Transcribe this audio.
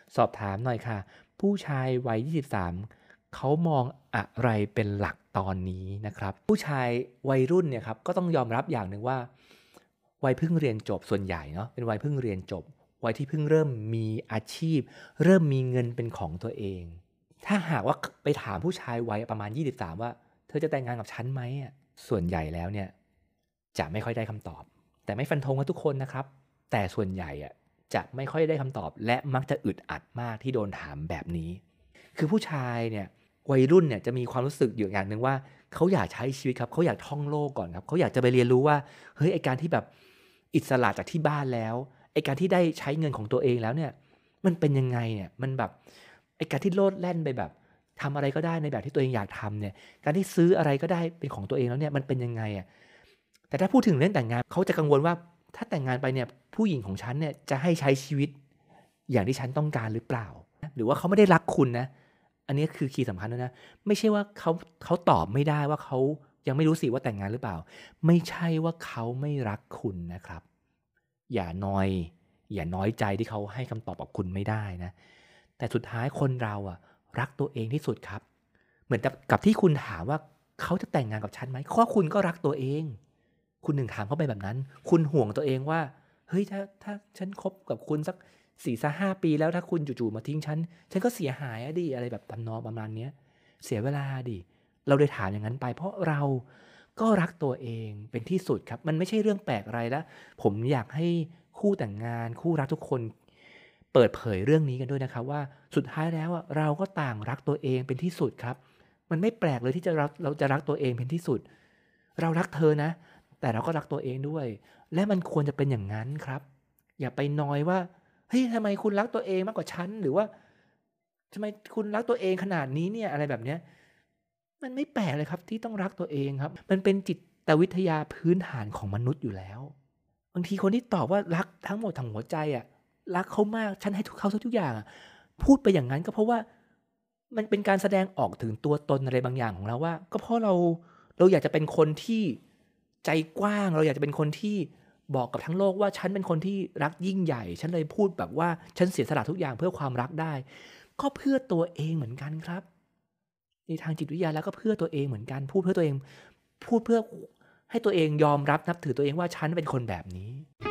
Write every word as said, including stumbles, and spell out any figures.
สอบถามหน่อยค่ะผู้ชายวัยยี่สิบสามเขามองอะไรเป็นหลักตอนนี้นะครับผู้ชายวัยรุ่นเนี่ยครับก็ต้องยอมรับอย่างหนึ่งว่าวัยเพิ่งเรียนจบส่วนใหญ่เนาะเป็นวัยเพิ่งเรียนจบวัยที่เพิ่งเริ่มมีอาชีพเริ่มมีเงินเป็นของตัวเองถ้าหากว่าไปถามผู้ชายวัยประมาณยี่สิบสามว่าเธอจะแต่งงานกับฉันไหมอ่ะส่วนใหญ่แล้วเนี่ยจะไม่ค่อยได้คำตอบแต่ไม่ฟันธงว่าทุกคนนะครับแต่ส่วนใหญ่อะ จะไม่ค่อยได้คำตอบและมักจะอึดอัดมากที่โดนถามแบบนี้คือผู้ชายเนี่ยวัยรุ่นเนี่ยจะมีความรู้สึกอยู่อย่างหนึ่งว่าเขาอยากใช้ชีวิตครับเขาอยากท่องโลกก่อนครับเขาอยากจะไปเรียนรู้ว่าเฮ้ยไอการที่แบบอิสระจากที่บ้านแล้วไอการที่ได้ใช้เงินของตัวเองแล้วเนี่ยมันเป็นยังไงเนี่ยมันแบบไอการที่โลดแล่นไปแบบทำอะไรก็ได้ในแบบที่ตัวเองอยากทำเนี่ยการที่ซื้ออะไรก็ได้เป็นของตัวเองแล้วเนี่ยมันเป็นยังไงอ่ะแต่ถ้าพูดถึงเรื่องแต่งงานเขาจะกังวลว่า ถ้าแต่งงานไปเนี่ยผู้หญิงของฉันเนี่ยจะให้ใช้ชีวิตอย่างที่ฉันต้องการหรือเปล่าหรือว่าเขาไม่ได้รักคุณนะอันนี้คือคีย์สำคัญนะไม่ใช่ว่าเขาเขาตอบไม่ได้ว่าเขายังไม่รู้สิว่าแต่งงานหรือเปล่าไม่ใช่ว่าเขาไม่รักคุณนะครับอย่านอยอย่าน้อยใจที่เขาให้คำตอบกับคุณไม่ได้นะแต่สุดท้ายคนเราอะรักตัวเองที่สุดครับเหมือนกับกับที่คุณถามว่าเขาจะแต่งงานกับฉันไหมเพราะคุณก็รักตัวเอง คุณหนึ่งถามเข้าไปแบบนั้น คุณห่วงตัวเองว่า เฮ้ย ถ้าถ้าฉันคบกับคุณสักสี่สักห้าปีแล้วถ้าคุณจู่ๆมาทิ้งฉัน ฉันก็เสียหายอะดิอะไรแบบทำนองประมาณเนี้ยเสียเวลาดิ เราเลยถามอย่างนั้นไป เพราะเราก็รักตัวเองเป็นที่สุดครับ มันไม่ใช่เรื่องแปลกอะไรแล้ว ผมอยากให้คู่แต่งงานคู่รักทุกคนเปิดเผยเรื่องนี้กันด้วยนะครับว่าสุดท้ายแล้วอะเราก็ต่างรักตัวเองเป็นที่สุดครับ มันไม่แปลกเลยที่จะรักเราจะรักตัวเองเป็นที่สุด เรารักเธอนะ แต่เราก็รักตัวเองด้วย และมันควรจะเป็นอย่างนั้นครับ อย่าไปนอยว่าเฮ้ยทำไมคุณรักตัวเองมากกว่าฉันหรือว่าทำไมคุณรักตัวเองขนาดนี้เนี่ยอะไรแบบเนี้ยมันไม่แปลกเลยครับที่ต้องรักตัวเองครับมันเป็นจิตวิทยาพื้นฐานของมนุษย์อยู่แล้วบางทีคนที่ตอบว่ารักทั้งหมดทั้งหัวใจอะรักเขามากฉันให้ทุกเขาทุกอย่างอะพูดไปอย่างนั้นก็เพราะว่ามันเป็นการแสดงออกถึงตัวตนอะไรบางอย่างของเราว่าก็เพราะเราเราอยากจะเป็นคนที่ ใจกว้างเราอยากจะเป็นคนที่บอกกับทั้งโลกว่าฉันเป็นคนที่รักยิ่งใหญ่ฉันเลยพูดแบบว่าฉันเสียสละทุกอย่างเพื่อความรักได้ก็เพื่อตัวเองเหมือนกันครับในทางจิตวิทยาแล้วก็เพื่อตัวเองเหมือนกันพูดเพื่อตัวเองพูดเพื่อให้ตัวเองยอมรับนับถือตัวเองว่าฉันเป็นคนแบบนี้